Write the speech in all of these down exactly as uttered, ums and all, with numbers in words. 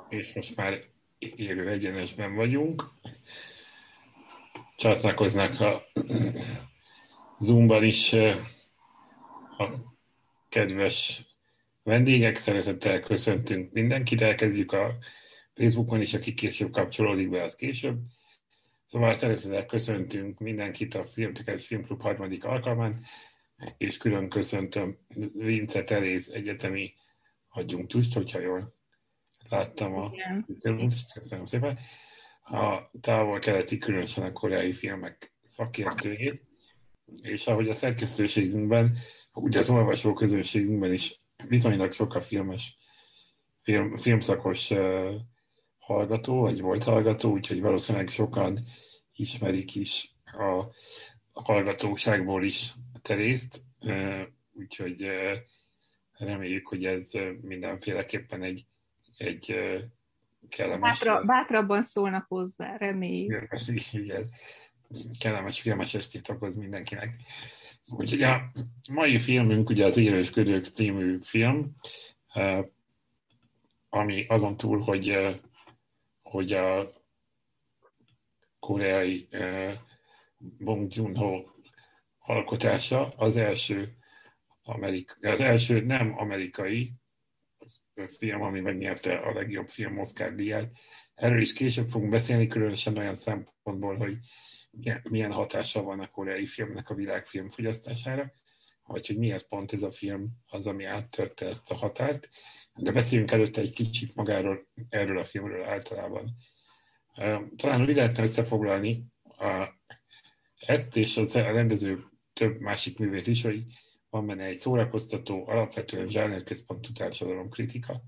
És most már élő egyenesben vagyunk. Csatlakoznak a Zoomban is a kedves vendégek. Szeretettel köszöntünk mindenkit. Elkezdjük a Facebookon is, aki később kapcsolódik be, az később. Szóval szeretettel köszöntünk mindenkit a Filmtekercs Filmklub harmadik alkalmán, és külön köszöntöm Vince Teréz egyetemi adjunktust, hogyha jól láttam a videót. Köszönöm szépen. A távol-keleti, különösen a koreai filmek szakértőjét, és ahogy a szerkesztőségünkben, úgy az olvasó közönségünkben is viszonylag sok a filmes, film, filmszakos uh, hallgató, vagy volt hallgató, úgyhogy valószínűleg sokan ismerik is a, a hallgatóságból is Terészt, uh, úgyhogy uh, reméljük, hogy ez mindenféleképpen egy, egy uh, kellemes... Bátra, bátrabban szólnak hozzá, reméljük. Filmes, igen, kellemes filmes estét okoz mindenkinek. Úgyhogy a mai filmünk ugye az Élősködők című film, ami azon túl, hogy, hogy a koreai Bong Joon-ho alkotása az első, Amerika, az első nem amerikai film, ami megnyerte a legjobb film Oscar díját. Erről is később fogunk beszélni, különösen olyan szempontból, hogy milyen hatása van a koreai filmnek a világfilm fogyasztására, vagy hogy miért pont ez a film az, ami áttörte ezt a határt. De beszéljünk előtte egy kicsit magáról, erről a filmről általában. Talán úgy lehetne összefoglalni a, ezt, és a rendező több másik művét is, hogy van benne egy szórakoztató, alapvetően zsánerközpontú társadalomkritika.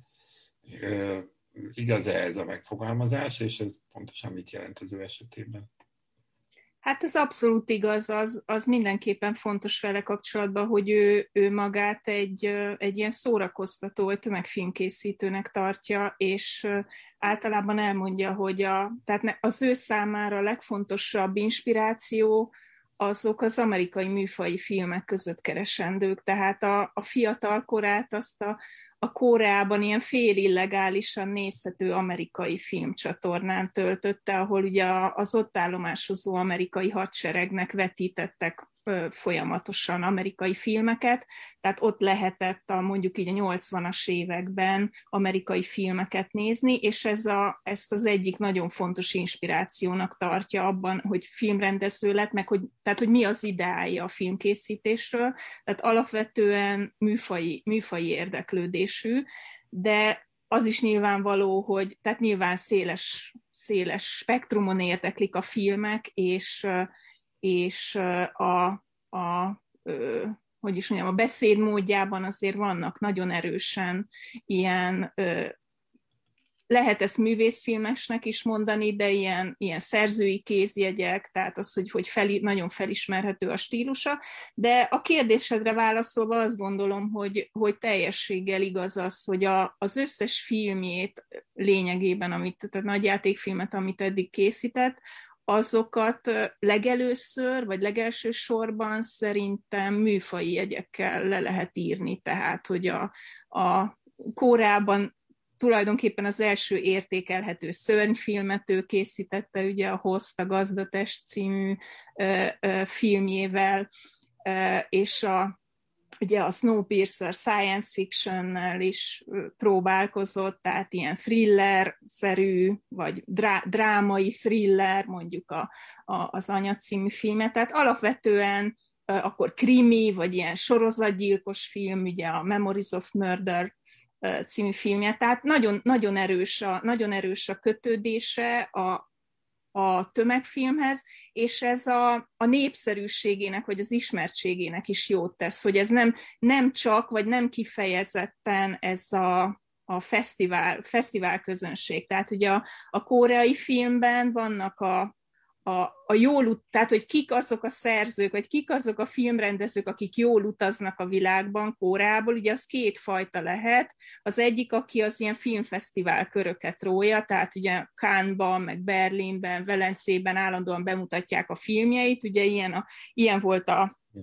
Igaz-e ez a megfogalmazás, és ez pontosan mit jelent az ő esetében? Hát ez abszolút igaz, az, az mindenképpen fontos vele kapcsolatban, hogy ő, ő magát egy, egy ilyen szórakoztató, vagy tömegfilmkészítőnek tartja, és általában elmondja, hogy a, tehát az ő számára a legfontosabb inspiráció azok az amerikai műfaji filmek között keresendők, tehát a, a fiatal korát azt a, a Koreában ilyen fél illegálisan nézhető amerikai filmcsatornán töltötte, ahol ugye az ott állomásozó amerikai hadseregnek vetítettek folyamatosan amerikai filmeket, tehát ott lehetett a, mondjuk így a nyolcvanas években amerikai filmeket nézni, és ez a, ezt az egyik nagyon fontos inspirációnak tartja abban, hogy filmrendező lett, meg hogy, tehát, hogy mi az ideája a filmkészítésről, tehát alapvetően műfaji, műfaji érdeklődésű, de az is nyilvánvaló, hogy tehát nyilván széles, széles spektrumon érdeklik a filmek, és és a, a, hogy is mondjam, a beszédmódjában azért vannak nagyon erősen ilyen, lehet ezt művészfilmesnek is mondani, de ilyen, ilyen szerzői kézjegyek, tehát az, hogy, hogy fel, nagyon felismerhető a stílusa, de a kérdésedre válaszolva azt gondolom, hogy, hogy teljességgel igaz az, hogy a, az összes filmjét lényegében, amit, tehát nagyjátékfilmet, amit eddig készített, azokat legelőször, vagy legelső sorban szerintem műfaji jegyekkel le lehet írni, tehát, hogy a, a Koreában tulajdonképpen az első értékelhető szörnyfilmet ő készítette, ugye a Host, a Gazdatest című ö, ö, filmjével, ö, és a ugye a Snowpiercer science fictionnel is próbálkozott, tehát ilyen thriller-szerű, vagy drá- drámai thriller, mondjuk a, a, az Anya című filmet. Tehát alapvetően akkor krimi, vagy ilyen sorozatgyilkos film, ugye a Memories of Murder című filmje. Tehát nagyon, nagyon, erős a, nagyon erős a kötődése a a tömegfilmhez, és ez a, a népszerűségének, vagy az ismertségének is jót tesz, hogy ez nem, nem csak, vagy nem kifejezetten ez a, a fesztivál, fesztivál közönség. Tehát ugye a, a koreai filmben vannak a, a, a jól ut- tehát hogy kik azok a szerzők, vagy kik azok a filmrendezők, akik jól utaznak a világban, Koreából, ugye az kétfajta lehet. Az egyik, aki az ilyen filmfesztivál köröket rója, tehát ugye Cannes-ban, meg Berlinben, Velencében állandóan bemutatják a filmjeit, ugye ilyen, a, ilyen volt a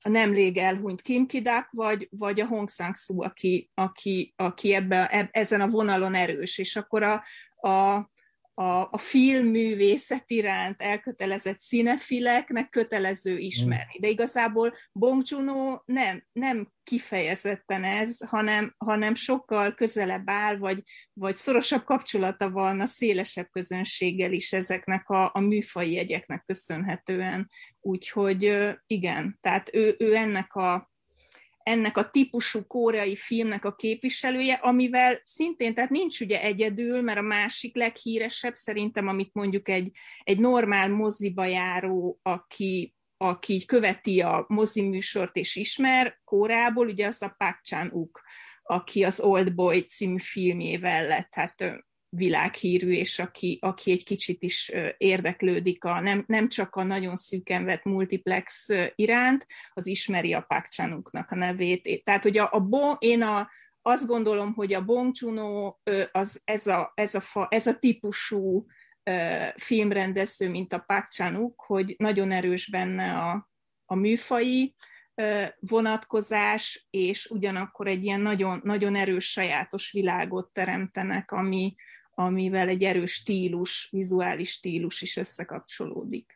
a nemrég elhunyt Kim Ki-duk, vagy, vagy a Hong Sang-soo, aki, aki, aki ebbe, eb, ezen a vonalon erős, és akkor a, a A, a filmművészet iránt elkötelezett cinefileknek kötelező ismerni. De igazából Bong Joon-ho nem, nem kifejezetten ez, hanem, hanem sokkal közelebb áll, vagy, vagy szorosabb kapcsolata van a szélesebb közönséggel is ezeknek a, a műfaji jegyeknek köszönhetően. Úgyhogy igen, tehát ő, ő ennek a ennek a típusú koreai filmnek a képviselője, amivel szintén, tehát nincs ugye egyedül, mert a másik leghíresebb szerintem, amit mondjuk egy, egy normál moziba járó, aki, aki követi a moziműsort és ismer Koreából, ugye az a Park Chan-wook, aki az Old Boy című filmjével lett hát világhírű, és aki, aki egy kicsit is érdeklődik, a, nem, nem csak a nagyon szűken vett multiplex iránt, az ismeri a Park Chan-wooknak a nevét. Tehát, hogy a, a bon, én a, azt gondolom, hogy a Bong Joon-ho az, ez, a, ez, a fa, ez a típusú uh, filmrendező, mint a Park Chan-wook, hogy nagyon erős benne a, a műfaji uh, vonatkozás, és ugyanakkor egy ilyen nagyon, nagyon erős sajátos világot teremtenek, ami, amivel egy erős stílus, vizuális stílus is összekapcsolódik.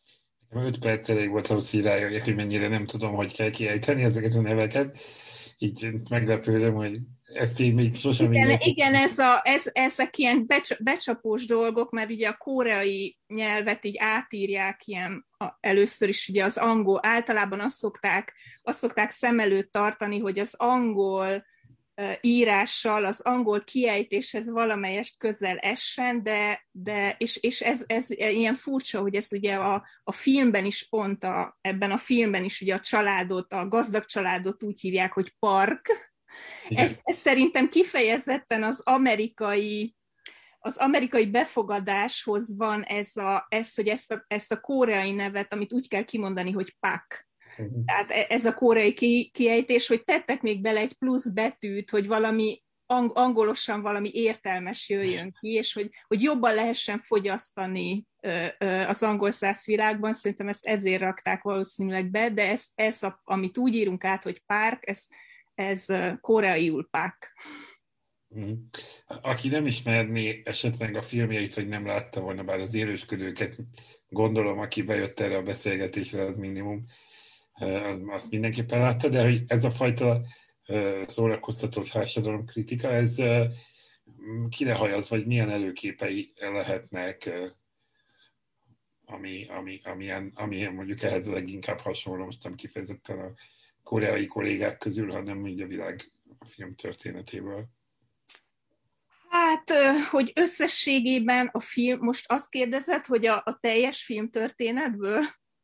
Öt perc elég volt ahhoz, hogy rájöjjek, hogy mennyire nem tudom, hogy kell kiejteni ezeket a neveket. Így meglepődöm, hogy ezt így még sosem... Igen, így igen ez a, ez, ezek ilyen becs, becsapós dolgok, mert ugye a koreai nyelvet így átírják ilyen, a, először is ugye az angol, általában azt szokták, azt szokták szem előtt tartani, hogy az angol írással, az angol kiejtéshez valamelyest közel essen, de, de és, és ez, ez ilyen furcsa, hogy ez ugye a, a filmben is pont, a, ebben a filmben is ugye a családot, a gazdag családot úgy hívják, hogy park. Ez, ez szerintem kifejezetten az amerikai az amerikai befogadáshoz van ez, a, ez hogy ezt a, ezt a koreai nevet, amit úgy kell kimondani, hogy pak. Tehát ez a koreai ki, kiejtés, hogy tettek még bele egy plusz betűt, hogy valami ang- angolosan valami értelmes jöjjön ki, és hogy, hogy jobban lehessen fogyasztani ö, ö, az angol száz világban. Szerintem ezt ezért rakták valószínűleg be, de ez, ez a, amit úgy írunk át, hogy park, ez, ez koreaiul pak. Aki nem ismerné esetleg a filmjeit, vagy nem látta volna, bár az élősködőket gondolom, aki bejött erre a beszélgetésre, az minimum, az, azt mindenképpen látta, de hogy ez a fajta szórakoztató társadalomkritika, ez kire hajaz, vagy milyen előképei lehetnek, ami, ami, amilyen, amilyen mondjuk ehhez a leginkább hasonló, most nem kifejezetten a koreai kollégák közül, hanem így a világ a film történetéből. Hát, hogy összességében a film, most azt kérdezed, hogy a, a teljes filmtörténetből?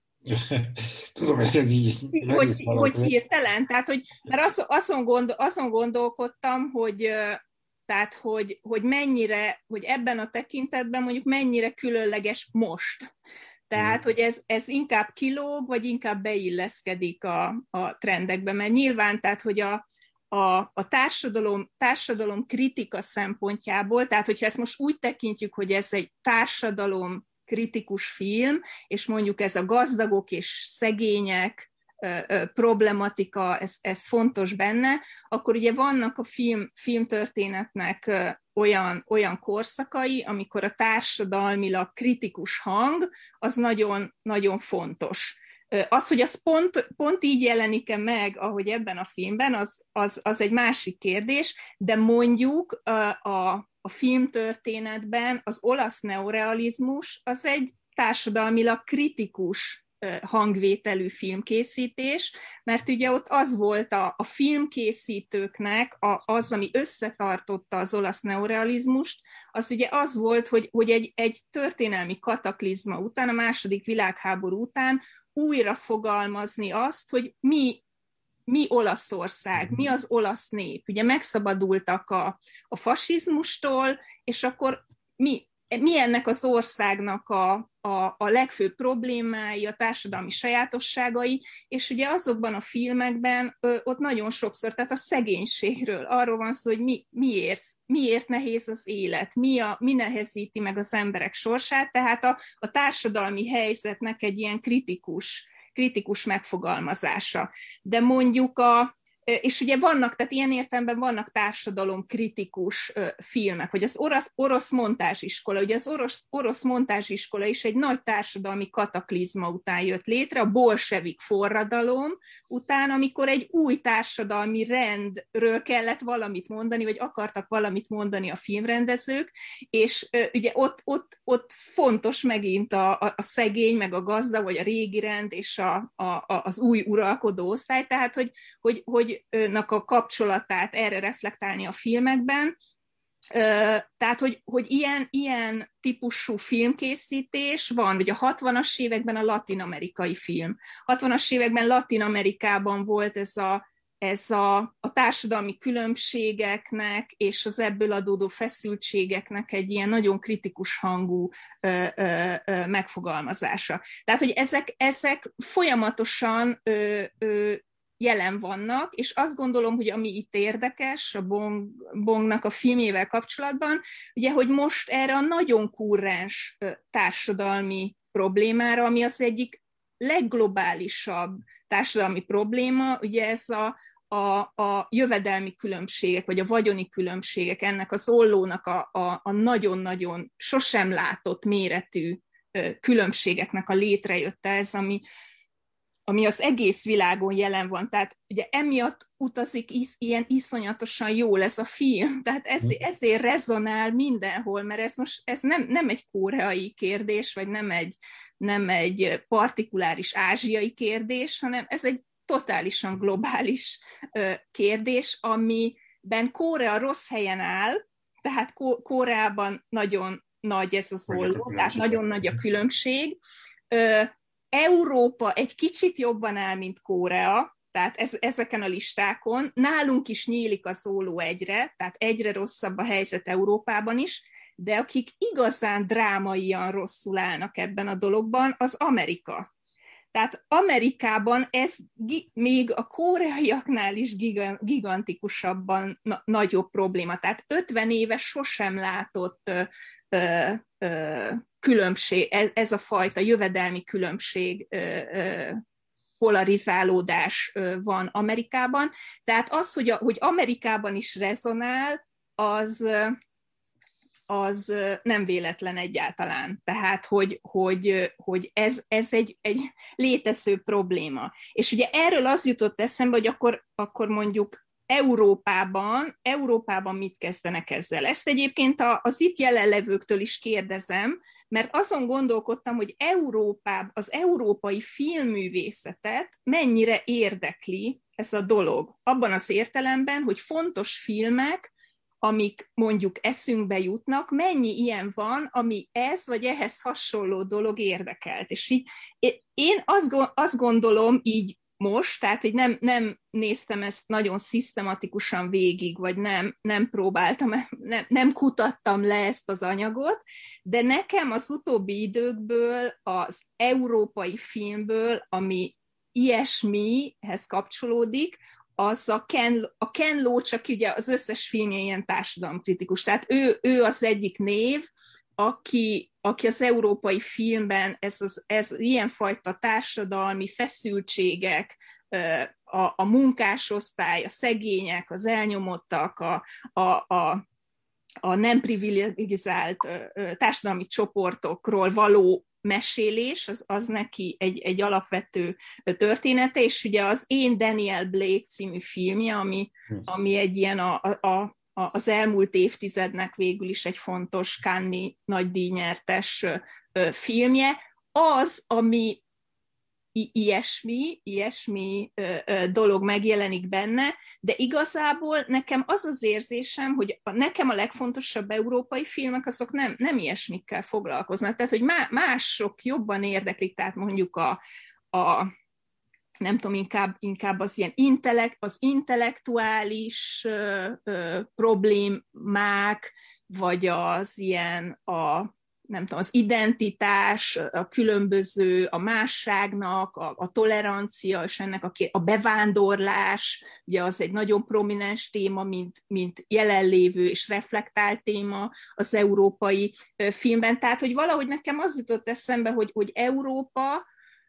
Tudom, hogy ez így... Hogy, hogy hirtelen? Tehát, hogy, mert az, azon, gondol, azon gondolkodtam, hogy, tehát, hogy, hogy mennyire, hogy ebben a tekintetben mondjuk mennyire különleges most. Tehát, hogy ez, ez inkább kilóg, vagy inkább beilleszkedik a, a trendekbe, mert nyilván, tehát, hogy a, a, a társadalom, társadalom kritika szempontjából, tehát, hogyha ezt most úgy tekintjük, hogy ez egy társadalom kritikus film, és mondjuk ez a gazdagok és szegények ö, ö, problematika, ez, ez fontos benne, akkor ugye vannak a film, filmtörténetnek ö, olyan, olyan korszakai, amikor a társadalmilag kritikus hang, az nagyon, nagyon fontos. Az, hogy az pont, pont így jelenik-e meg, ahogy ebben a filmben, az, az, az egy másik kérdés, de mondjuk a, a a filmtörténetben az olasz neorealizmus az egy társadalmilag kritikus hangvételű filmkészítés, mert ugye ott az volt a, a filmkészítőknek a, az, ami összetartotta az olasz neorealizmust, az ugye az volt, hogy, hogy egy, egy történelmi kataklizma után, a második világháború után újra fogalmazni azt, hogy mi mi Olaszország, mi az olasz nép. Ugye megszabadultak a, a fasizmustól, és akkor mi, mi ennek az országnak a, a, a legfőbb problémái, a társadalmi sajátosságai, és ugye azokban a filmekben ö, ott nagyon sokszor, tehát a szegénységről, arról van szó, hogy mi, miért, miért nehéz az élet, mi, a, mi nehezíti meg az emberek sorsát, tehát a, a társadalmi helyzetnek egy ilyen kritikus kritikus megfogalmazása. De mondjuk a és ugye vannak, tehát ilyen értelemben vannak társadalomkritikus filmek, hogy az orosz, orosz montázsiskola, ugye az orosz, orosz montázsiskola is egy nagy társadalmi kataklizma után jött létre, a bolsevik forradalom után, amikor egy új társadalmi rendről kellett valamit mondani, vagy akartak valamit mondani a filmrendezők, és ugye ott, ott, ott fontos megint a, a, a szegény, meg a gazda, vagy a régi rend, és a, a, az új uralkodó osztály, tehát hogy, hogy, hogy nak a kapcsolatát erre reflektálni a filmekben. Tehát, hogy, hogy ilyen, ilyen típusú filmkészítés van, vagy a hatvanas években a latin-amerikai film. hatvanas években Latin-Amerikában volt ez a, ez a, a társadalmi különbségeknek és az ebből adódó feszültségeknek egy ilyen nagyon kritikus hangú ö, ö, ö, megfogalmazása. Tehát, hogy ezek, ezek folyamatosan ö, ö, jelen vannak, és azt gondolom, hogy ami itt érdekes a Bong, Bongnak a filmjével kapcsolatban, ugye, hogy most erre a nagyon kurrens társadalmi problémára, ami az egyik legglobálisabb társadalmi probléma, ugye ez a, a, a jövedelmi különbségek, vagy a vagyoni különbségek, ennek az ollónak a, a, a nagyon-nagyon sosem látott méretű különbségeknek a létrejötte, ez, ami ami az egész világon jelen van. Tehát ugye emiatt utazik is, ilyen iszonyatosan jól ez a film. Tehát ez, ezért rezonál mindenhol, mert ez most ez nem, nem egy koreai kérdés, vagy nem egy, nem egy partikuláris ázsiai kérdés, hanem ez egy totálisan globális ö, kérdés, amiben Korea rossz helyen áll, tehát Ko- Koreában nagyon nagy ez az olló, tehát nagyon nagy a különbség. Ö, Európa egy kicsit jobban áll, mint Korea, tehát ez, ezeken a listákon. Nálunk is nyílik az olló egyre, tehát egyre rosszabb a helyzet Európában is, de akik igazán drámaian rosszul állnak ebben a dologban, az Amerika. Tehát Amerikában ez még a koreaiaknál is gigantikusabban na- nagyobb probléma. Tehát ötven éve sosem látott ö, ö, ö, különbség, ez, ez a fajta jövedelmi különbség, ö, ö, polarizálódás ö, van Amerikában. Tehát az, hogy, a, hogy Amerikában is rezonál, az... Ö, az nem véletlen egyáltalán. Tehát, hogy, hogy, hogy ez, ez egy, egy létező probléma. És ugye erről az jutott eszembe, hogy akkor, akkor mondjuk Európában, Európában mit kezdenek ezzel. Ezt egyébként az itt jelenlevőktől is kérdezem, mert azon gondolkodtam, hogy Európában, az európai filmművészetet mennyire érdekli ez a dolog. Abban az értelemben, hogy fontos filmek, amik mondjuk eszünkbe jutnak, mennyi ilyen van, ami ez vagy ehhez hasonló dolog érdekelt. És így én azt gondolom így most, tehát hogy nem, nem néztem ezt nagyon szisztematikusan végig, vagy nem, nem próbáltam, nem, nem kutattam le ezt az anyagot, de nekem az utóbbi időkből, az európai filmből, ami ilyesmihez kapcsolódik, az a Ken, a Ken Loach, csak ugye az összes filmje ilyen társadalomkritikus. Tehát ő, ő az egyik név, aki, aki az európai filmben ez, az, ez ilyenfajta társadalmi feszültségek, a, a munkásosztály, a szegények, az elnyomottak, a, a, a, a nem privilegizált társadalmi csoportokról való mesélés, az, az neki egy, egy alapvető története, és ugye az Én Daniel Blake című filmje, ami, ami egy ilyen a, a, a, az elmúlt évtizednek végül is egy fontos Cannes-i nagydíjnyertes filmje, az, ami i- ilyesmi, ilyesmi ö, ö, dolog megjelenik benne, de igazából nekem az az érzésem, hogy a, nekem a legfontosabb európai filmek azok nem, nem ilyesmikkel foglalkoznak, tehát hogy má, mások jobban érdeklik, tehát mondjuk a, a nem tudom, inkább, inkább az ilyen intellekt, az intellektuális ö, ö, problémák, vagy az ilyen a nem tudom, az identitás, a különböző, a másságnak, a, a tolerancia, és ennek a, a bevándorlás, ugye az egy nagyon prominens téma, mint, mint jelenlévő és reflektált téma az európai filmben. Tehát, hogy valahogy nekem az jutott eszembe, hogy, hogy Európa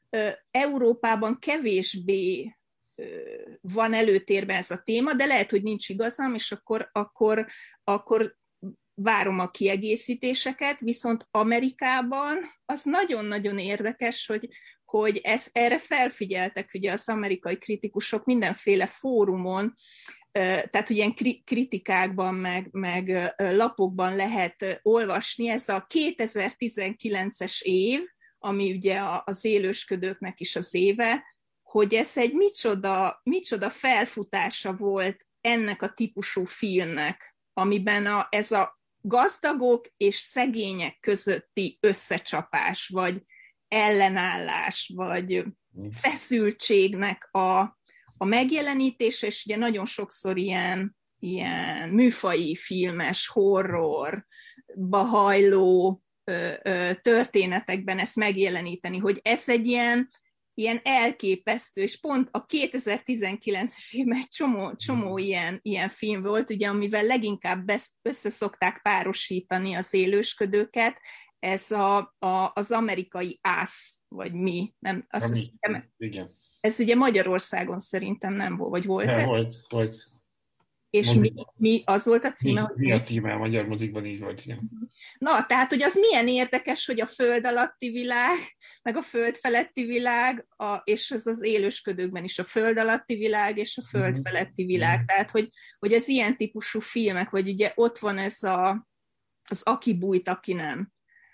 Európában kevésbé van előtérben ez a téma, de lehet, hogy nincs igazam, és akkor, akkor, akkor várom a kiegészítéseket, viszont Amerikában az nagyon-nagyon érdekes, hogy, hogy ez, erre felfigyeltek ugye az amerikai kritikusok mindenféle fórumon, tehát ilyen kritikákban, meg, meg lapokban lehet olvasni, ez a kétezer-tizenkilences év, ami ugye az élősködőknek is az éve, hogy ez egy micsoda, micsoda felfutása volt ennek a típusú filmnek, amiben a, ez a gazdagok és szegények közötti összecsapás, vagy ellenállás, vagy feszültségnek a, a megjelenítése, és ugye nagyon sokszor ilyen, ilyen műfaji filmes, horrorba hajló ö, ö, történetekben ezt megjeleníteni, hogy ez egy ilyen, ilyen elképesztő, és pont a kétezer-tizenkilences évben egy csomó, csomó ilyen, ilyen film volt, ugye, amivel leginkább összeszokták párosítani az élősködőket, ez a, a, az amerikai ász, vagy mi, nem, azt Ami, hiszem, igen. Ez ugye Magyarországon szerintem nem volt, vagy volt ja, ez? Volt, volt. És mi, mi, az volt a címe? Mi, hogy mi a címe a magyar mozikban, így volt, igen. Na, tehát, hogy az milyen érdekes, hogy a föld alatti világ, meg a föld feletti világ, a, és az az élősködőkben is a föld alatti világ, és a föld feletti világ. Tehát, hogy, hogy az ilyen típusú filmek, vagy ugye ott van ez a, az Aki bújt, aki nem,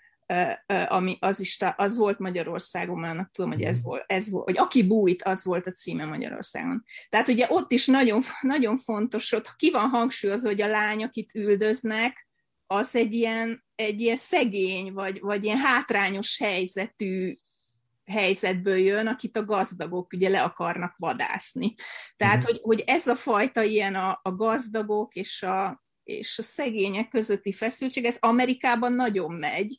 ami az is, az volt Magyarországon, mert annak tudom, hogy ez volt, ez volt, hogy Aki bújt, az volt a címe Magyarországon. Tehát ugye ott is nagyon, nagyon fontos, ott ki van hangsúlyozva, hogy a lány, akit üldöznek, az egy ilyen, egy ilyen szegény, vagy, vagy ilyen hátrányos helyzetű helyzetből jön, akit a gazdagok ugye le akarnak vadászni. Tehát, uh-huh. hogy, hogy ez a fajta ilyen a, a gazdagok és a, és a szegények közötti feszültség, ez Amerikában nagyon megy.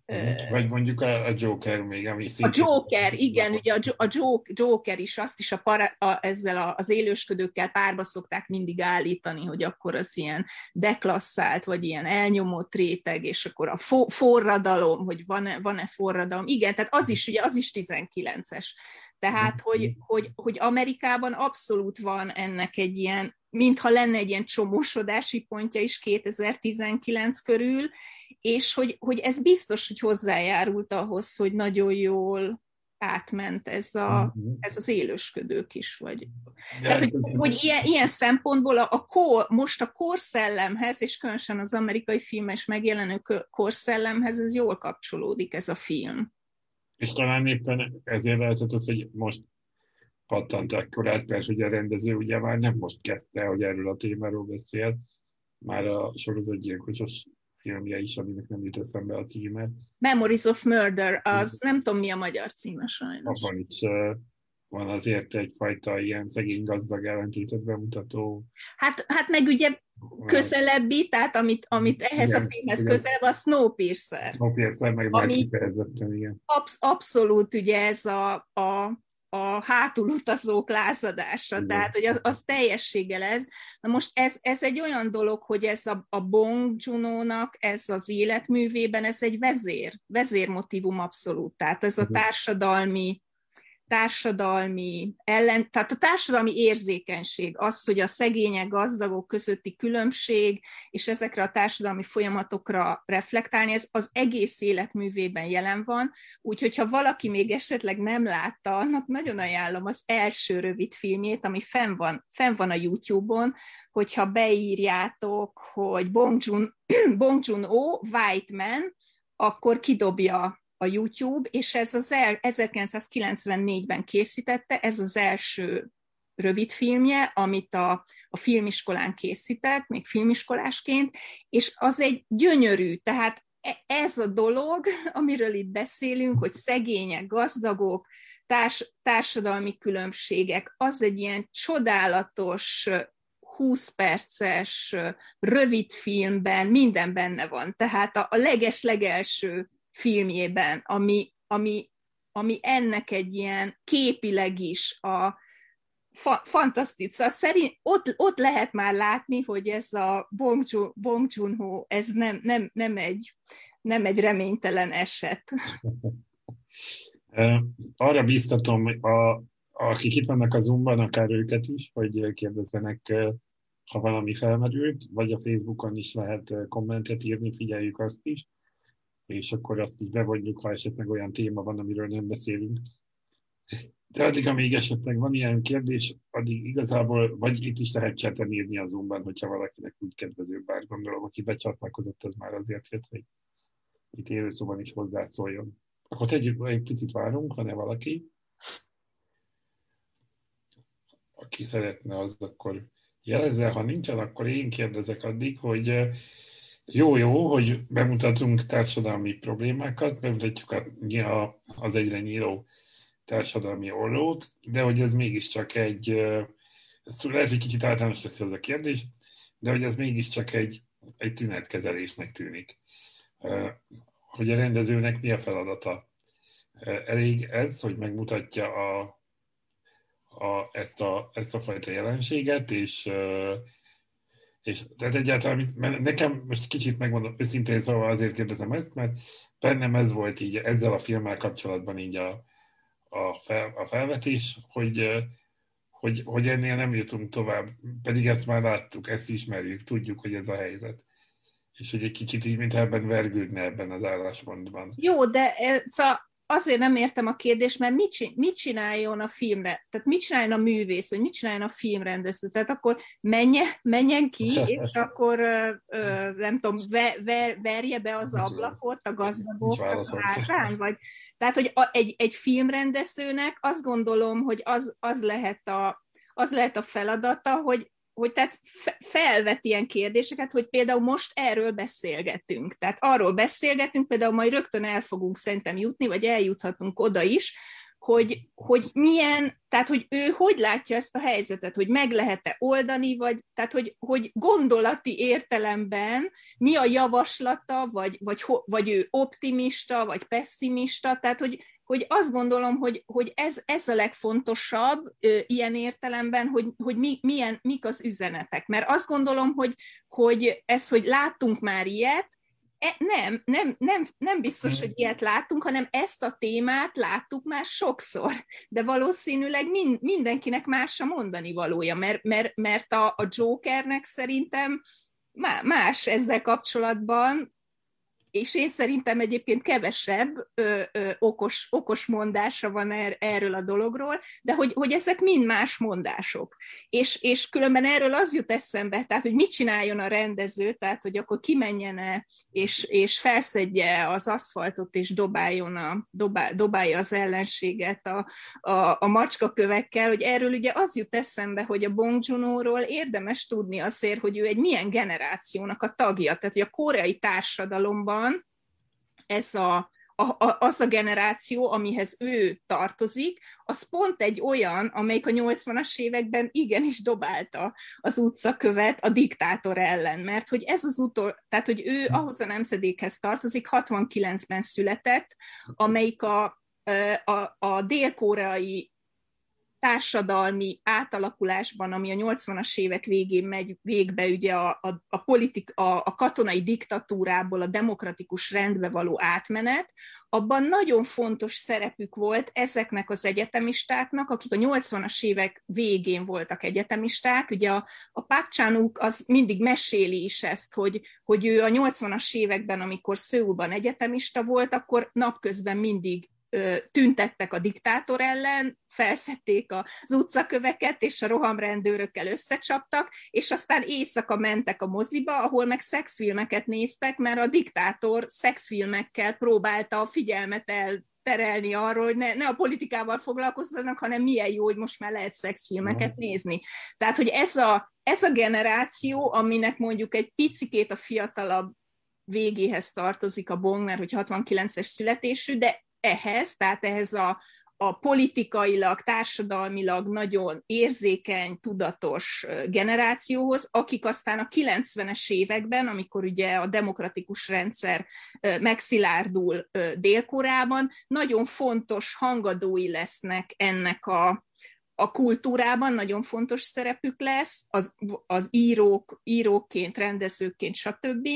Vagy mondjuk a, a Joker még, ami szintén... A Joker, igen, ugye a, a Joker is, azt is a para, a, ezzel a, az élősködőkkel párba szokták mindig állítani, hogy akkor az ilyen deklasszált, vagy ilyen elnyomott réteg, és akkor a fo, forradalom, hogy van-e, van-e forradalom. Igen, tehát az is, ugye, az is tizenkilences. Tehát, hogy, hogy, hogy Amerikában abszolút van ennek egy ilyen, mintha lenne egy ilyen csomósodási pontja is kétezer-tizenkilenc körül, és hogy, hogy ez biztos, hogy hozzájárult ahhoz, hogy nagyon jól átment ez, a, ez az élősködők is. Vagy. Tehát, hogy, hogy ilyen, ilyen szempontból a, a kor, most a korszellemhez, és különösen az amerikai filmes megjelenő korszellemhez, ez jól kapcsolódik ez a film. És talán éppen ezért lehetett az, hogy most pattant akkorát, persze, hogy a rendező ugye már nem most kezdte, hogy erről a témáról beszél, már a sorozatgyilkosos filmje is, aminek nem jut eszembe a címe. Memories of Murder, az nem tudom, mi a magyar címe sajnos. Abban is uh, van azért egyfajta ilyen szegény-gazdag ellentétet bemutató. Hát, hát meg ugye közelebbi, tehát amit, amit ehhez igen, a filmhez igen. közelebb, a Snowpiercer. Snowpiercer, meg már kifejezetten, igen. Absz- abszolút ugye ez a, a a hátulutazók lázadása, igen. Tehát hogy az, az teljességgel ez. Na most ez, ez egy olyan dolog, hogy ez a, a Bong Joon-ho-nak, ez az életművében, ez egy vezér, vezérmotívum abszolút. Tehát ez a társadalmi, társadalmi ellen, tehát a társadalmi érzékenység, az, hogy a szegények, gazdagok közötti különbség, és ezekre a társadalmi folyamatokra reflektálni, ez az egész életművében jelen van, úgyhogy ha valaki még esetleg nem látta, annak nagyon ajánlom az első rövid filmjét, ami fenn van, fenn van a YouTube-on, hogyha beírjátok, hogy Bong Joon, Bong Joon-ho, White Man, akkor kidobja a YouTube, és ez az el, ezerkilencszázkilencvennégyben készítette, ez az első rövidfilmje, amit a, a filmiskolán készített, még filmiskolásként, és az egy gyönyörű, tehát ez a dolog, amiről itt beszélünk, hogy szegények, gazdagok, társ, társadalmi különbségek, az egy ilyen csodálatos, húsz perces, rövid filmben minden benne van, tehát a, a leges-legelső filmjében, ami, ami, ami ennek egy ilyen képileg is a fa, fantasztikus. Szóval szerint ott, ott lehet már látni, hogy ez a Bong, Joon, Bong Joon-ho, ez nem, nem, nem, egy, nem egy reménytelen eset. Arra bíztatom, a, akik itt vannak a Zoomban, akár őket is, hogy kérdezzenek, ha valami felmerült, vagy a Facebookon is lehet kommentet írni, figyeljük azt is, és akkor azt is bevonjuk, ha esetleg olyan téma van, amiről nem beszélünk. De addig, amíg esetleg van ilyen kérdés, addig igazából, vagy itt is lehet chaten írni a Zoomban, hogyha valakinek úgy kedvező, bár gondolom, aki becsatlakozott, az már azért jött, hogy itt élőszóban is hozzászóljon. Akkor tegyük, egy picit várunk, ha ne valaki. Aki szeretne, az akkor jelezze, ha nincsen, akkor én kérdezek addig, hogy jó-jó, hogy bemutatunk társadalmi problémákat, bemutatjuk a, az egyre nyíló társadalmi ollót, de hogy ez mégiscsak egy, ez lehet, hogy kicsit általános lesz ez a kérdés, de hogy ez mégiscsak egy, egy tünetkezelésnek tűnik. Hogy a rendezőnek mi a feladata? Elég ez, hogy megmutatja a, a, ezt, a, ezt a fajta jelenséget, és, és tehát egyáltalán nekem most kicsit megmondom, őszintén szóval azért kérdezem ezt, mert bennem ez volt így ezzel a filmmel kapcsolatban így a, a, fel, a felvetés, hogy, hogy, hogy ennél nem jutunk tovább, pedig ezt már láttuk, ezt ismerjük, tudjuk, hogy ez a helyzet. És hogy egy kicsit így, mintha ebben vergődne ebben az álláspontban. Jó, de szóval azért nem értem a kérdést, mert mit, mit csináljon a filmre? Tehát mit csináljon a művész, vagy mit csináljon a filmrendező? Tehát akkor menjen, menjen ki, és akkor ö, nem tudom, ve, ver, verje be az ablakot a gazdagoknak a házán? Vagy, tehát, hogy a, egy, egy filmrendezőnek azt gondolom, hogy az, az, lehet a, az lehet a feladata, hogy hogy tehát felvet ilyen kérdéseket, hogy például most erről beszélgetünk. Tehát arról beszélgetünk, például majd rögtön el fogunk szerintem jutni, vagy eljuthatunk oda is, hogy, hogy milyen, tehát hogy ő hogy látja ezt a helyzetet, hogy meg lehet-e oldani, vagy tehát hogy, hogy gondolati értelemben mi a javaslata, vagy, vagy, vagy ő optimista, vagy pessimista, tehát hogy hogy azt gondolom, hogy, hogy ez, ez a legfontosabb ö, ilyen értelemben, hogy, hogy mi, milyen, mik az üzenetek. Mert azt gondolom, hogy, hogy ez, hogy láttunk már ilyet, e, nem, nem, nem, nem biztos, hogy ilyet láttunk, hanem ezt a témát láttuk már sokszor. De valószínűleg mind, mindenkinek más a mondani valója, mert, mert, mert a, a Jokernek szerintem más ezzel kapcsolatban, és én szerintem egyébként kevesebb ö, ö, okos, okos mondása van er, erről a dologról, de hogy, hogy ezek mind más mondások. És, és különben erről az jut eszembe, tehát hogy mit csináljon a rendező, tehát hogy akkor kimenjen és, és felszedje az aszfaltot, és dobáljon a, dobál, dobálja az ellenséget a, a, a macskakövekkel, hogy erről ugye az jut eszembe, hogy a Bong Joon-ho-ról érdemes tudni azért, hogy ő egy milyen generációnak a tagja, tehát hogy a koreai társadalomban ez a, a, az a generáció, amihez ő tartozik, az pont egy olyan, amelyik a nyolcvanas években igenis dobálta az utcakövet a diktátor ellen, mert hogy ez az utol, tehát hogy ő ahhoz a nemzedékhez tartozik, hatvankilencben született, amelyik a, a, a dél-koreai társadalmi átalakulásban, ami a nyolcvanas évek végén megy végbe, ugye a, a, a, politik, a, a katonai diktatúrából a demokratikus rendbe való átmenet, abban nagyon fontos szerepük volt ezeknek az egyetemistáknak, akik a nyolcvanas évek végén voltak egyetemisták. Ugye a, a Park Chan-wook az mindig meséli is ezt, hogy, hogy ő a nyolcvanas években, amikor Szöulban egyetemista volt, akkor napközben mindig tüntettek a diktátor ellen, felszedték az utcaköveket, és a rohamrendőrökkel összecsaptak, és aztán éjszaka mentek a moziba, ahol meg szexfilmeket néztek, mert a diktátor szexfilmekkel próbálta a figyelmet elterelni arról, hogy ne, ne a politikával foglalkozzanak, hanem milyen jó, hogy most már lehet szexfilmeket nézni. Tehát, hogy ez a, ez a generáció, aminek mondjuk egy picikét a fiatalabb végéhez tartozik a Bong, mert hogy hatvankilences születésű, de ehhez, tehát ehhez a, a politikailag, társadalmilag nagyon érzékeny, tudatos generációhoz, akik aztán a kilencvenes években, amikor ugye a demokratikus rendszer megszilárdul Dél-Koreában, nagyon fontos hangadói lesznek ennek a a kultúrában, nagyon fontos szerepük lesz, az, az írók, íróként, rendezőként, stb.,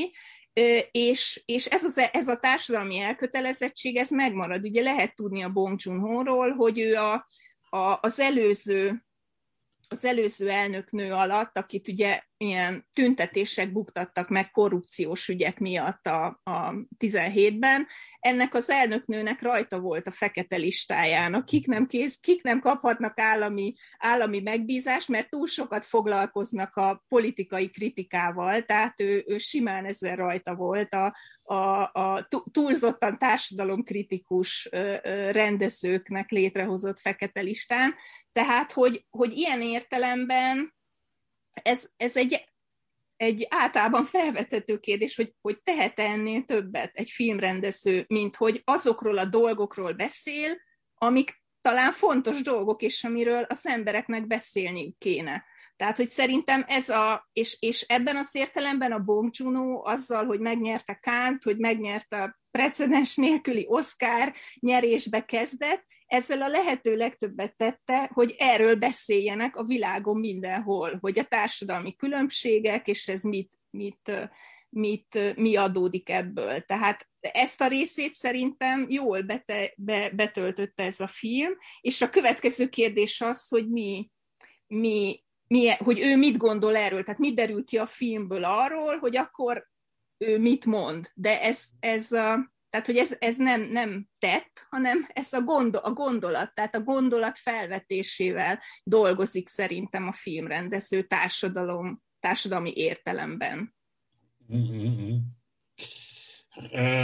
és, és ez, az, ez a társadalmi elkötelezettség, ez megmarad. Ugye lehet tudni a Bong Joon-horól, hogy ő a, a, az előző az előző elnöknő alatt, akit ugye ilyen tüntetések buktattak meg korrupciós ügyek miatt a, a tizenhétben, ennek az elnöknőnek rajta volt a fekete listáján, kik nem, kész, kik nem kaphatnak állami, állami megbízást, mert túl sokat foglalkoznak a politikai kritikával, tehát ő, ő simán ezzel rajta volt a, a, a túlzottan társadalomkritikus rendezőknek létrehozott fekete listán. Tehát, hogy, hogy ilyen értelemben ez, ez egy, egy általában felvethető kérdés, hogy, hogy tehet-e ennél többet egy filmrendező, mint hogy azokról a dolgokról beszél, amik talán fontos dolgok, és amiről az embereknek beszélniük kéne. Tehát, hogy szerintem ez a, és, és ebben az értelemben a Bong Joon-ho azzal, hogy megnyerte Cannes-t, hogy megnyerte a precedens nélküli Oscar nyerésbe kezdett, ezzel a lehető legtöbbet tette, hogy erről beszéljenek a világon mindenhol, hogy a társadalmi különbségek, és ez mit, mit, mit, mi adódik ebből. Tehát ezt a részét szerintem jól bete, be, betöltötte ez a film, és a következő kérdés az, hogy mi, mi Milyen, hogy ő mit gondol erről, tehát mit derült ki a filmből arról, hogy akkor ő mit mond. De ez, ez, a, tehát, hogy ez, ez nem, nem tett, hanem ez a, gondol, a gondolat, tehát a gondolat felvetésével dolgozik szerintem a filmrendező társadalom, társadalmi értelemben. Mm-hmm. Uh,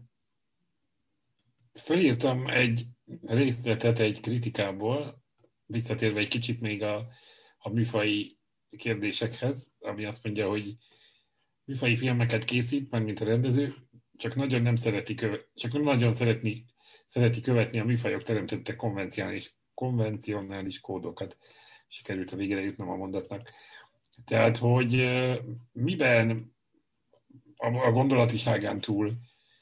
fölírtam egy részletet egy kritikából, visszatérve egy kicsit még a a műfai kérdésekhez, ami azt mondja, hogy műfai filmeket készít, már mint a rendező, csak nagyon nem szereti, köve- csak nem nagyon szeretni, szereti követni a műfajok teremtette konvencionális, konvencionális kódokat. Sikerült a végére jutnom a mondatnak. Tehát, hogy miben a, a gondolatiságán túl,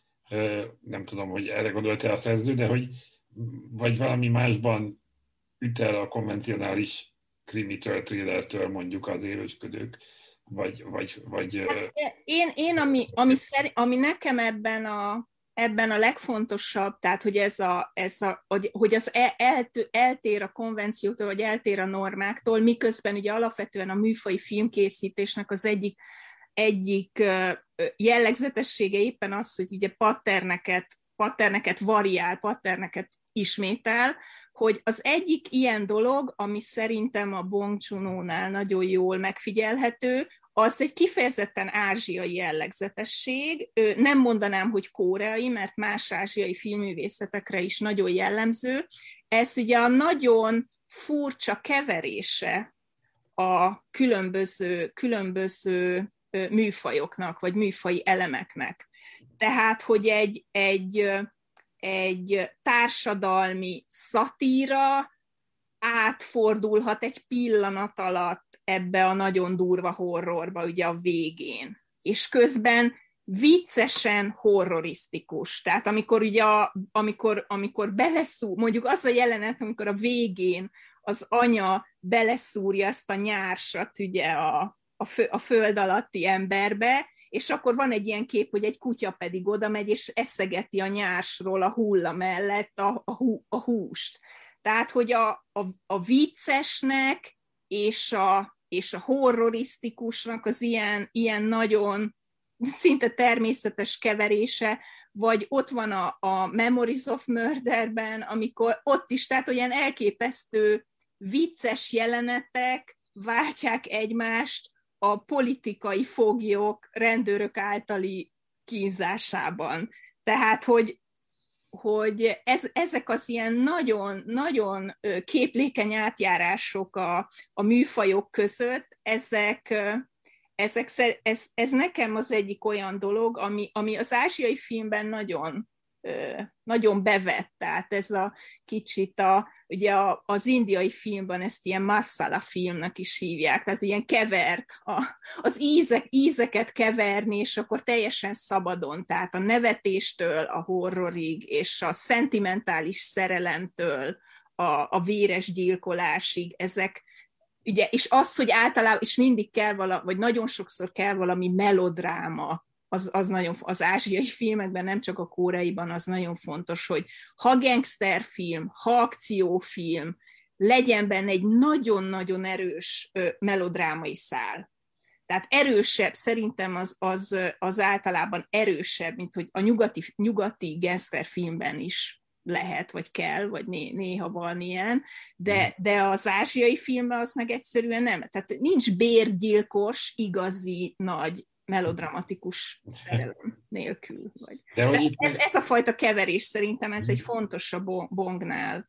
nem tudom, hogy erre gondolt-e a szerző, de hogy vagy valami másban üt el a konvencionális krimitől, thrillertől, mondjuk az élősködők, vagy... vagy, vagy én, én ami, ami, szeri, ami nekem ebben a, ebben a legfontosabb, tehát hogy, ez a, ez a, hogy az el, eltér a konvenciótól, vagy eltér a normáktól, miközben ugye alapvetően a műfai filmkészítésnek az egyik, egyik jellegzetessége éppen az, hogy ugye patterneket, patterneket variál, patterneket ismétel, hogy az egyik ilyen dolog, ami szerintem a Bong Joon-honál nagyon jól megfigyelhető, az egy kifejezetten ázsiai jellegzetesség. Nem mondanám, hogy koreai, mert más ázsiai filmművészetekre is nagyon jellemző. Ez ugye a nagyon furcsa keverése a különböző, különböző műfajoknak, vagy műfai elemeknek. Tehát, hogy egy, egy egy társadalmi szatíra átfordulhat egy pillanat alatt ebbe a nagyon durva horrorba, ugye a végén. És közben viccesen horrorisztikus. Tehát amikor ugye a, amikor, amikor beleszúr, mondjuk az a jelenet, amikor a végén az anya beleszúrja ezt a nyársat ugye a, a, fö, a föld alatti emberbe, és akkor van egy ilyen kép, hogy egy kutya pedig oda megy, és eszegeti a nyársról a hulla mellett a, a, hú, a húst. Tehát, hogy a, a, a viccesnek és a, és a horrorisztikusnak az ilyen, ilyen nagyon szinte természetes keverése, vagy ott van a, a Memories of Murderben, amikor ott is, tehát olyan elképesztő vicces jelenetek váltják egymást a politikai foglyok rendőrök általi kínzásában. Tehát, hogy, hogy ez, ezek az ilyen nagyon, nagyon képlékeny átjárások a, a műfajok között, ezek, ezek ez, ez nekem az egyik olyan dolog, ami, ami az ázsiai filmben nagyon, nagyon bevett. Tehát ez a kicsit a, ugye a, az indiai filmben ezt ilyen masala filmnek is hívják, tehát ilyen kevert, a, az ízek, ízeket keverni, és akkor teljesen szabadon, tehát a nevetéstől a horrorig, és a szentimentális szerelemtől a, a véres gyilkolásig, ezek, ugye, és az, hogy általában, és mindig kell valami, vagy nagyon sokszor kell valami melodráma az, az nagyon, az ázsiai filmekben, nem csak a koreaiban, az nagyon fontos, hogy ha gangsterfilm, ha akciófilm, legyen benne egy nagyon-nagyon erős melodrámai szál. Tehát erősebb, szerintem az, az, az általában erősebb, mint hogy a nyugati, nyugati gangsterfilmben is lehet, vagy kell, vagy né, néha van ilyen, de, de az ázsiai filmben az meg egyszerűen nem. Tehát nincs bérgyilkos, igazi, nagy, melodramatikus szerelem nélkül. Vagy. De, de ez, meg... ez a fajta keverés szerintem, ez egy fontos a Bongnál.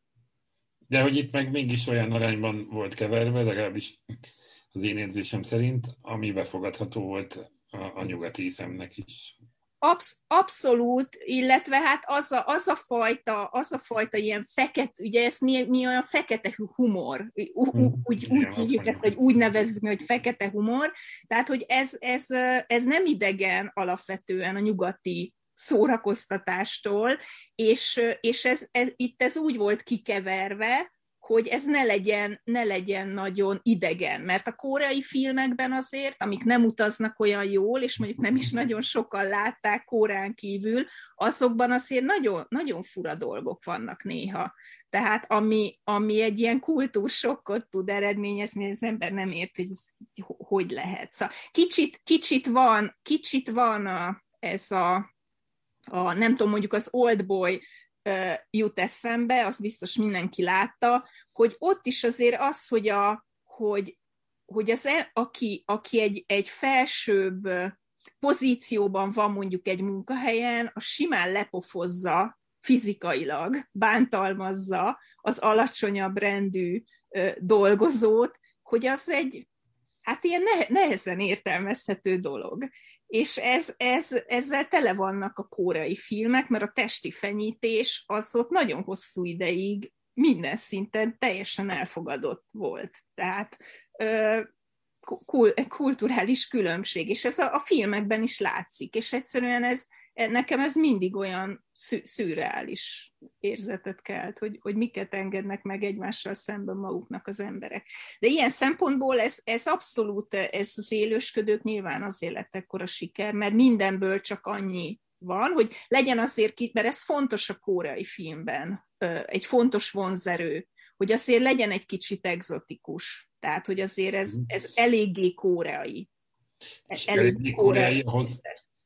De hogy itt meg mégis olyan arányban volt keverve, legalábbis az én érzésem szerint, ami befogadható volt a, a nyugati szemnek is. Absz- abszolút, illetve hát az a, az a fajta, az a fajta ilyen fekete, ugye ezt mi, mi olyan fekete humor, úgy, hmm. úgy, úgy Igen, hívjuk ezt, hogy úgy nevezzük, hogy fekete humor, tehát hogy ez, ez, ez nem idegen alapvetően a nyugati szórakoztatástól, és, és ez, ez, itt ez úgy volt kikeverve, hogy ez ne legyen, ne legyen nagyon idegen, mert a koreai filmekben azért, amik nem utaznak olyan jól, és mondjuk nem is nagyon sokan látták Koreán kívül, azokban azért nagyon, nagyon fura dolgok vannak néha. Tehát ami, ami egy ilyen kultúrsokkot tud eredményezni, az ember nem ért, hogy ez hogy lehet. Szóval kicsit, kicsit van, kicsit van a, ez a, a, nem tudom, mondjuk az Oldboy jut eszembe, azt biztos mindenki látta, hogy ott is azért az, hogy, a, hogy, hogy az, aki, aki egy, egy felsőbb pozícióban van mondjuk egy munkahelyen, az simán lepofozza fizikailag, bántalmazza az alacsonyabb rendű dolgozót, hogy az egy, hát ilyen nehezen értelmezhető dolog. És ez, ez, ezzel tele vannak a koreai filmek, mert a testi fenyítés az ott nagyon hosszú ideig minden szinten teljesen elfogadott volt. Tehát ö, kulturális különbség, és ez a, a filmekben is látszik, és egyszerűen ez, nekem ez mindig olyan szü- szürreális érzetet kelt, hogy, hogy miket engednek meg egymással szemben maguknak az emberek. De ilyen szempontból ez, ez abszolút, ez az élősködők nyilván azért lett ekkora siker, mert mindenből csak annyi van, hogy legyen azért, mert ez fontos a koreai filmben, egy fontos vonzerő, hogy azért legyen egy kicsit egzotikus. Tehát, hogy azért ez, ez eléggé koreai. Eléggé koreai ahhoz,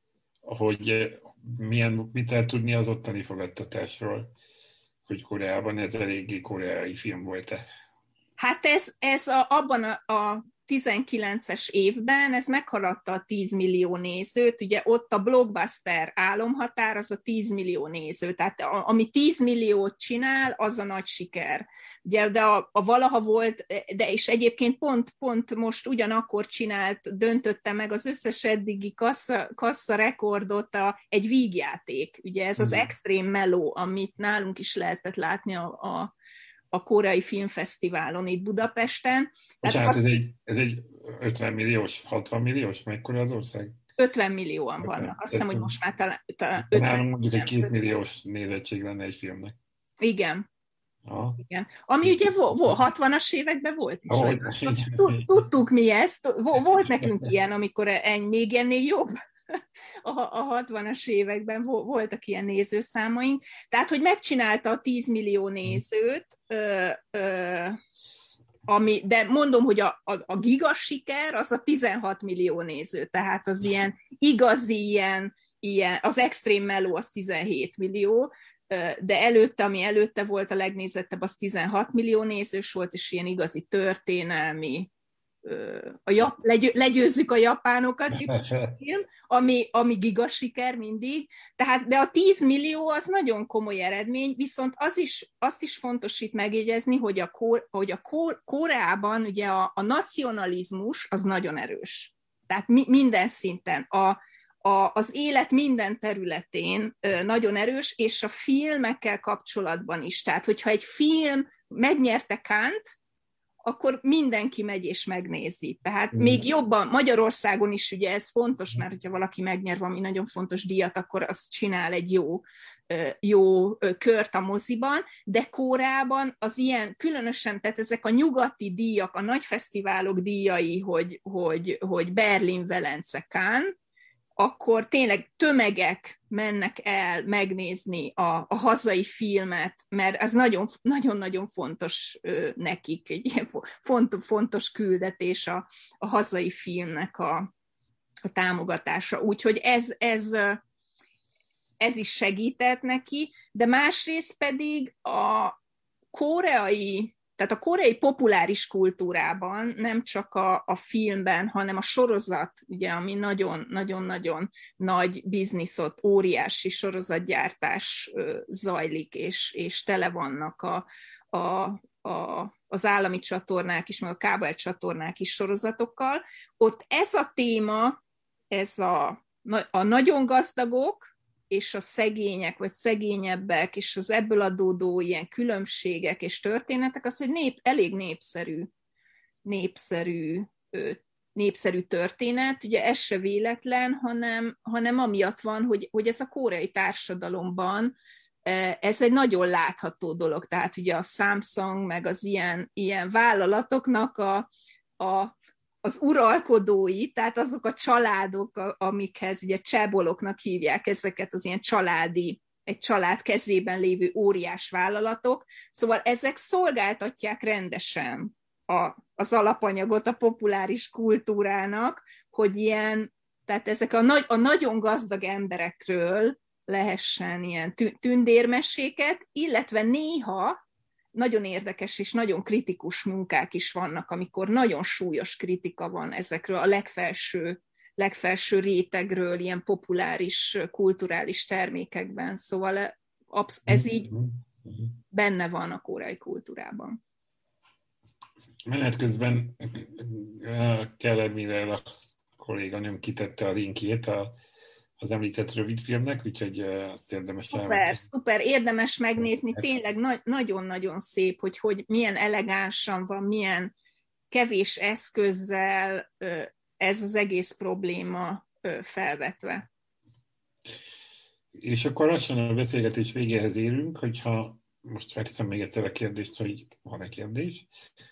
hogy milyen, mit lehet tudni az ottani fogadtatásról, hogy Koreában ez eléggé koreai film volt-e? Hát ez, ez a, abban a, a tizenkilences évben ez meghaladta a tíz millió nézőt, ugye ott a blockbuster álomhatár az a tíz millió néző, tehát a, ami tíz milliót csinál, az a nagy siker. Ugye, de a, a valaha volt, de és egyébként pont, pont most ugyanakkor csinált, döntötte meg az összes eddigi kassa, kassa rekordot a, egy vígjáték, ugye ez az Extreme Mellow, amit nálunk is lehetett látni a, a a koreai filmfesztiválon itt Budapesten. Tehát az... ez, egy, ez egy ötven milliós, hatvan milliós, mekkora az ország? ötven millióan vannak. Azt hiszem, hogy most már talán... talán ötven, mondjuk egy két milliós nézettség lenne egy filmnek. Igen. Ah. Igen. Ami ugye volt, volt, hatvanas években volt is. Oh, tudtuk mi ezt, volt nekünk ilyen, amikor ennyi, még ennél jobb. A, a hatvanas években voltak ilyen nézőszámaink, tehát, hogy megcsinálta a tíz millió nézőt, ö, ö, ami, de mondom, hogy a, a, a gigas siker az a tizenhat millió néző, tehát az ilyen igazi, ilyen, ilyen az Extreme Mellow az tizenhét millió, de előtte, ami előtte volt a legnézettebb, az tizenhat millió nézős volt, és ilyen igazi történelmi a jap, legyő, legyőzzük a japánokat, film, ami, ami gigasiker mindig. Tehát, de a tíz millió az nagyon komoly eredmény, viszont az is, azt is fontos itt megjegyezni, hogy a, kor, hogy a kor, Koreában ugye a, a nacionalizmus az nagyon erős. Tehát mi, minden szinten. A, a, az élet minden területén ö, nagyon erős, és a filmekkel kapcsolatban is. Tehát, hogyha egy film megnyerte Cannes, akkor mindenki megy és megnézi. Tehát mm. még jobban, Magyarországon is ugye ez fontos, mert hogyha valaki megnyer valami nagyon fontos díjat, akkor az csinál egy jó, jó kört a moziban, de Koreában az ilyen, különösen, tehát ezek a nyugati díjak, a nagy fesztiválok díjai, hogy, hogy, hogy Berlin, Velence, Cannes, akkor tényleg tömegek mennek el megnézni a, a hazai filmet, mert ez nagyon, nagyon-nagyon fontos nekik, egy ilyen fontos, fontos küldetés a, a hazai filmnek a, a támogatása. Úgyhogy ez, ez, ez is segített neki, de másrészt pedig a koreai, tehát a koreai populáris kultúrában, nem csak a, a filmben, hanem a sorozat, ugye, ami nagyon-nagyon nagy bizniszot, óriási sorozatgyártás zajlik, és, és tele vannak a, a, a, az állami csatornák is, meg a kábel csatornák is sorozatokkal. Ott ez a téma, ez a, a nagyon gazdagok, és a szegények, vagy szegényebbek, és az ebből adódó ilyen különbségek és történetek, az egy nép, elég népszerű, népszerű, népszerű történet. Ugye ez se véletlen, hanem, hanem amiatt van, hogy, hogy ez a koreai társadalomban ez egy nagyon látható dolog. Tehát ugye a Samsung, meg az ilyen, ilyen vállalatoknak a, a az uralkodói, tehát azok a családok, amikhez ugye cseboloknak hívják ezeket az ilyen családi, egy család kezében lévő óriás vállalatok, szóval ezek szolgáltatják rendesen a, az alapanyagot a populáris kultúrának, hogy ilyen, tehát ezek a, nagy, a nagyon gazdag emberekről lehessen ilyen tündérmeséket, illetve néha nagyon érdekes és nagyon kritikus munkák is vannak, amikor nagyon súlyos kritika van ezekről a legfelső, legfelső rétegről, ilyen populáris, kulturális termékekben. Szóval ez így benne van a koreai kultúrában. Menet közben Keller, mivel a kolléganőm kitette a linkjét a az említett rövidfilmnek, úgyhogy azt érdemes szuper, elmondani. Szuper, érdemes megnézni, tényleg na- nagyon-nagyon szép, hogy, hogy milyen elegánsan van, milyen kevés eszközzel ez az egész probléma felvetve. És akkor lassan a beszélgetés végéhez érünk, hogyha most felteszem még egyszer a kérdést, hogy van-e kérdés.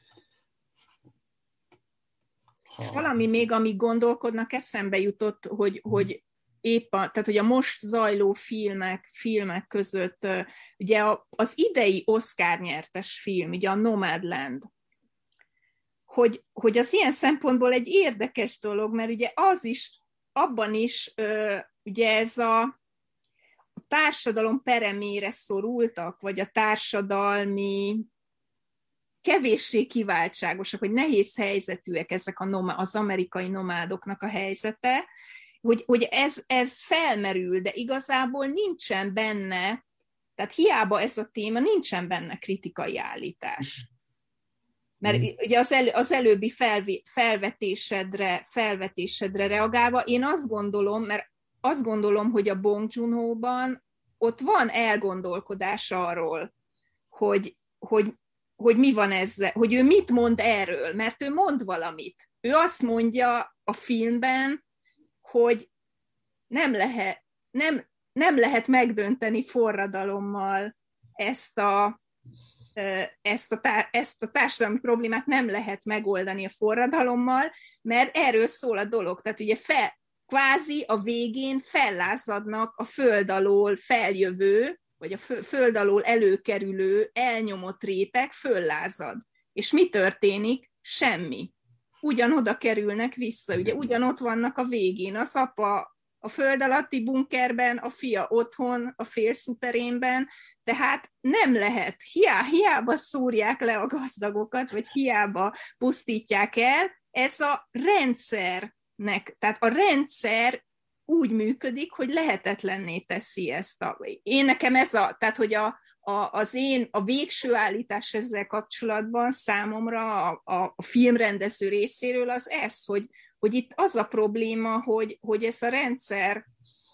Ha... Valami még, ami gondolkodnak, eszembe jutott, hogy, hmm. hogy épp a, tehát, hogy a most zajló filmek, filmek között, ugye az idei Oscar-nyertes film, ugye a Nomadland, hogy, hogy az ilyen szempontból egy érdekes dolog, mert ugye az is, abban is, ugye ez a, a társadalom peremére szorultak, vagy a társadalmi kevéssé kiváltságosak, vagy nehéz helyzetűek ezek a nomá, az amerikai nomádoknak a helyzete, hogy, hogy ez, ez felmerül, de igazából nincsen benne, tehát hiába ez a téma, nincsen benne kritikai állítás. Mert mm. ugye az, elő, az előbbi felvé, felvetésedre, felvetésedre reagálva, én azt gondolom, mert azt gondolom, hogy a Bong Joon-ho-ban ott van elgondolkodás arról, hogy, hogy, hogy mi van ezzel, hogy ő mit mond erről, mert ő mond valamit. Ő azt mondja a filmben, hogy nem lehet, nem, nem lehet megdönteni forradalommal ezt a, ezt, a tá, ezt a társadalmi problémát, nem lehet megoldani a forradalommal, mert erről szól a dolog. Tehát ugye fel, kvázi a végén fellázadnak a föld alól feljövő, vagy a föld alól előkerülő elnyomott réteg föllázad. És mi történik? Semmi. Ugyanoda kerülnek vissza, ugye ugyanott vannak a végén, az apa a föld alatti bunkerben, a fia otthon, a félszuterénben, tehát nem lehet, hiá, hiába szúrják le a gazdagokat, vagy hiába pusztítják el, ez a rendszernek, tehát a rendszer úgy működik, hogy lehetetlenné teszi ezt. A, én nekem ez a, tehát hogy a, a, az én, a végső állítás ezzel kapcsolatban számomra a, a, a filmrendező részéről az ez, hogy, hogy itt az a probléma, hogy, hogy ez a rendszer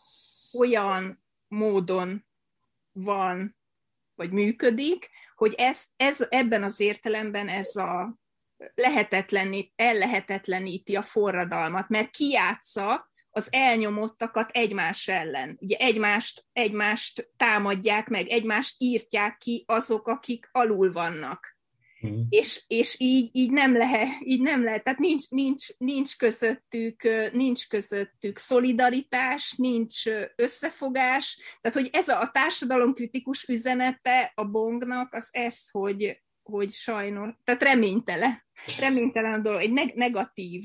olyan módon van, vagy működik, hogy ez, ez, ebben az értelemben ez a lehetetlenít, ellehetetleníti a forradalmat, mert kijátsza az elnyomottakat egymás ellen. Ugye egymást, egymást támadják meg, egymást írtják ki azok, akik alul vannak. Mm. És, és így, így, nem lehet, így nem lehet, tehát nincs, nincs, nincs, közöttük, nincs közöttük szolidaritás, nincs összefogás, tehát hogy ez a, a társadalomkritikus üzenete a Bongnak az ez, hogy, hogy sajnos, tehát reménytelen, reménytelen a dolog, egy neg- negatív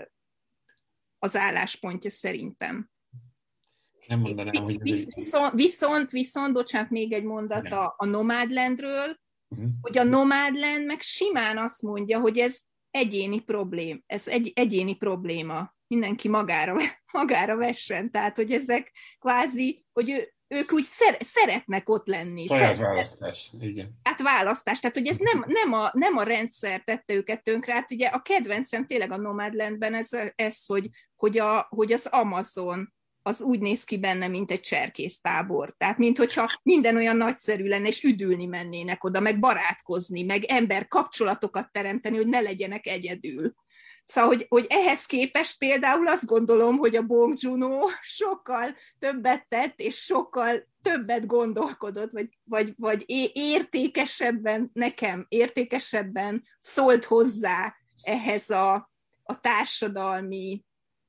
az álláspontja szerintem. Nem mondanám, hogy... Visz, viszont, viszont, viszont, bocsánat, még egy mondat a, a Nomadlandről, uh-huh. hogy a Nomadland meg simán azt mondja, hogy ez egyéni problém, ez egy egyéni probléma, mindenki magára, magára vessen, tehát, hogy ezek kvázi, hogy ő, ők úgy szer, szeretnek ott lenni. Saját választás, igen. Hát választás, tehát, hogy ez nem, nem, a, nem a rendszer tette őket tönkre, hát ugye a kedvencem tényleg a Nomadlandben ez, ez hogy, hogy, a, hogy az Amazon az úgy néz ki benne, mint egy cserkésztábor. Tehát, minthogyha minden olyan nagyszerű lenne, és üdülni mennének oda, meg barátkozni, meg ember kapcsolatokat teremteni, hogy ne legyenek egyedül. Szóval, hogy, hogy ehhez képest például azt gondolom, hogy a Bong Joon-ho sokkal többet tett, és sokkal többet gondolkodott, vagy, vagy, vagy értékesebben, nekem értékesebben szólt hozzá ehhez a, a társadalmi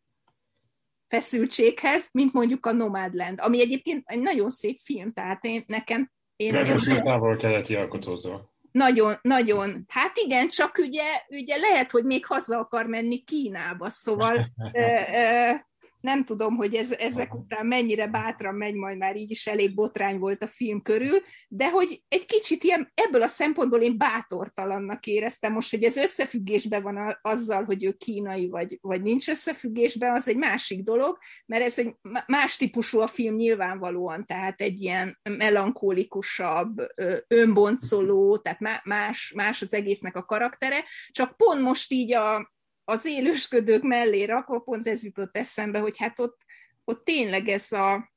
feszültséghez, mint mondjuk a Nomadland, ami egyébként egy nagyon szép film, tehát én, nekem... Én Ráadásul távol-keleti alkotózó. Nagyon, nagyon, hát igen, csak ugye, ugye lehet, hogy még haza akar menni Kínába, szóval ö, ö, nem tudom, hogy ez, ezek után mennyire bátran megy, majd már így is elég botrány volt a film körül, de hogy egy kicsit ilyen, ebből a szempontból én bátortalannak éreztem most, hogy ez összefüggésben van a, azzal, hogy ő kínai, vagy, vagy nincs összefüggésben, az egy másik dolog, mert ez egy más típusú a film nyilvánvalóan, tehát egy ilyen melankólikusabb, önboncoló, tehát más, más az egésznek a karaktere, csak pont most így a az élősködők mellé rakva, pont ez jutott eszembe, hogy hát ott, ott tényleg ez a,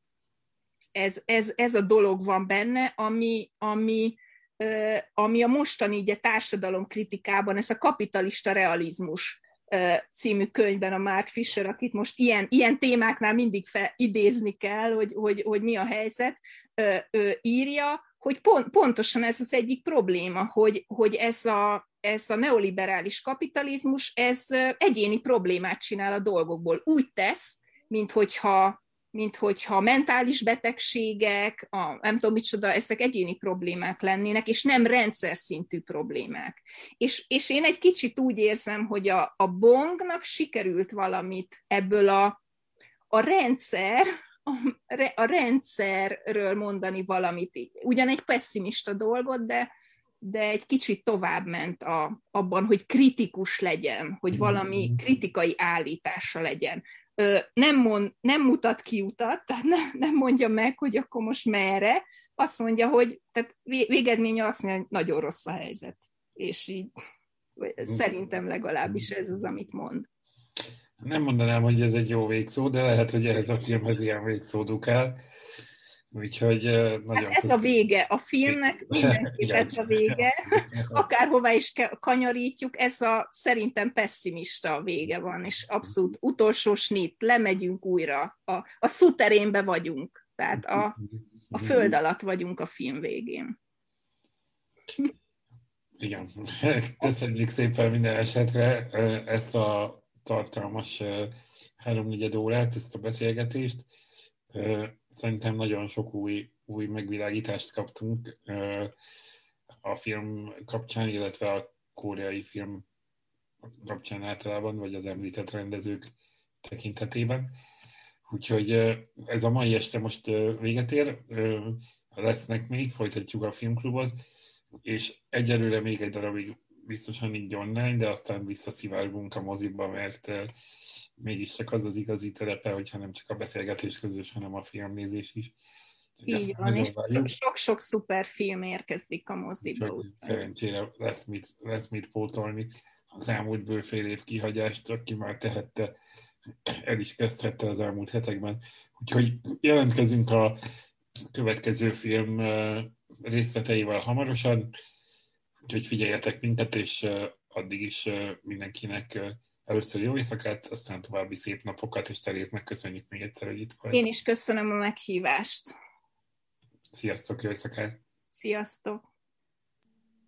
ez, ez, ez a dolog van benne, ami, ami, ami a mostani ugye, társadalomkritikában, ez a kapitalista realizmus című könyvben a Mark Fisher, akit most ilyen, ilyen témáknál mindig fel, idézni kell, hogy, hogy, hogy mi a helyzet, írja, hogy pont, pontosan ez az egyik probléma, hogy, hogy ez, a, ez a neoliberális kapitalizmus, ez egyéni problémát csinál a dolgokból. Úgy tesz, minthogyha, minthogyha mentális betegségek, a, nem tudom micsoda, ezek egyéni problémák lennének, és nem rendszer szintű problémák. És, és én egy kicsit úgy érzem, hogy a, a Bongnak sikerült valamit ebből a, a rendszer, a rendszerről mondani valamit. Ugyan egy pessimista dolgot, de, de egy kicsit tovább ment a, abban, hogy kritikus legyen, hogy valami kritikai állítása legyen. Nem, mond, nem mutat kiutat, tehát nem, nem mondja meg, hogy akkor most merre, azt mondja, hogy tehát végeredménye azt mondja, hogy nagyon rossz a helyzet. És így szerintem legalábbis ez az, amit mond. Nem mondanám, hogy ez egy jó végszó, de lehet, hogy ehhez a filmhez ilyen végszó dukál. Úgyhogy nagyon... Hát ez a vége. A filmnek mindenképp ez a vége. Akárhová is kanyarítjuk, ez a szerintem pessimista vége van, és abszolút utolsó snit, lemegyünk újra. A, a szuterénbe vagyunk, tehát a, a föld alatt vagyunk a film végén. Igen. Köszönjük szépen minden esetre ezt a tartalmas háromnegyed órát, ezt a beszélgetést. Szerintem nagyon sok új, új megvilágítást kaptunk a film kapcsán, illetve a koreai film kapcsán általában, vagy az említett rendezők tekintetében. Úgyhogy ez a mai este most véget ér. Lesznek még, folytatjuk a filmklubot, és egyelőre még egy darabig biztosan így online, de aztán visszaszivárgunk a moziba, mert uh, mégiscsak az az igazi terepe, hogyha nem csak a beszélgetés közös, hanem a filmnézés is. Így van, és sok-sok szuper film érkezik a moziba. Szerencsére lesz mit, lesz mit pótolni az elmúlt bő fél év kihagyást, aki már tehette, el is kezdhette az elmúlt hetekben. Úgyhogy jelentkezünk a következő film részleteivel hamarosan, úgyhogy figyeljetek minket, és addig is mindenkinek először jó éjszakát, aztán további szép napokat, és Teréznek köszönjük még egyszer, hogy itt vagy. Én is köszönöm a meghívást. Sziasztok, jó éjszakát! Sziasztok!